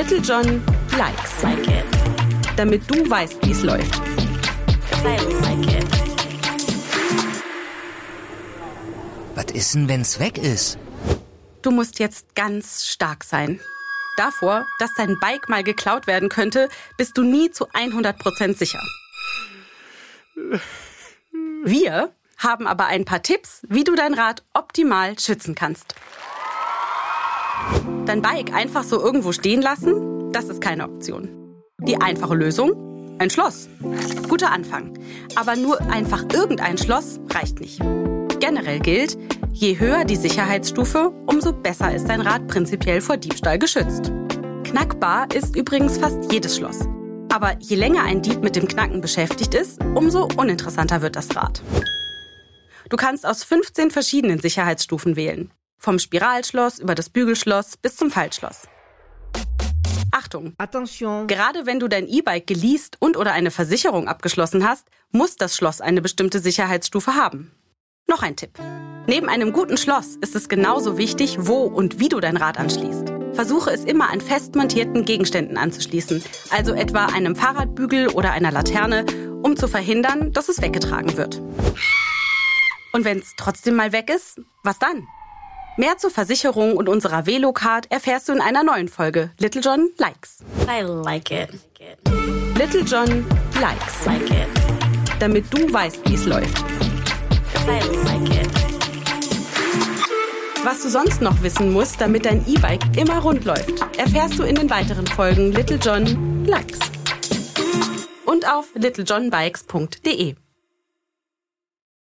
Little John likes. Like it. Damit du weißt, wie es läuft. I like it. Was ist denn, wenn's weg ist? Du musst jetzt ganz stark sein. Davor, dass dein Bike mal geklaut werden könnte, bist du nie zu 100% sicher. Wir haben aber ein paar Tipps, wie du dein Rad optimal schützen kannst. Dein Bike einfach so irgendwo stehen lassen, das ist keine Option. Die einfache Lösung? Ein Schloss. Guter Anfang. Aber nur einfach irgendein Schloss reicht nicht. Generell gilt, je höher die Sicherheitsstufe, umso besser ist dein Rad prinzipiell vor Diebstahl geschützt. Knackbar ist übrigens fast jedes Schloss. Aber je länger ein Dieb mit dem Knacken beschäftigt ist, umso uninteressanter wird das Rad. Du kannst aus 15 verschiedenen Sicherheitsstufen wählen. Vom Spiralschloss über das Bügelschloss bis zum Faltschloss. Achtung! Attention! Gerade wenn du dein E-Bike geleast und/oder eine Versicherung abgeschlossen hast, muss das Schloss eine bestimmte Sicherheitsstufe haben. Noch ein Tipp. Neben einem guten Schloss ist es genauso wichtig, wo und wie du dein Rad anschließt. Versuche es immer an fest montierten Gegenständen anzuschließen, also etwa einem Fahrradbügel oder einer Laterne, um zu verhindern, dass es weggetragen wird. Und wenn es trotzdem mal weg ist, was dann? Mehr zur Versicherung und unserer Velocard erfährst du in einer neuen Folge Little John Likes. I like it. Little John Likes. Like it. Damit du weißt, wie es läuft. I like it. Was du sonst noch wissen musst, damit dein E-Bike immer rund läuft, erfährst du in den weiteren Folgen Little John Likes. Und auf littlejohnbikes.de.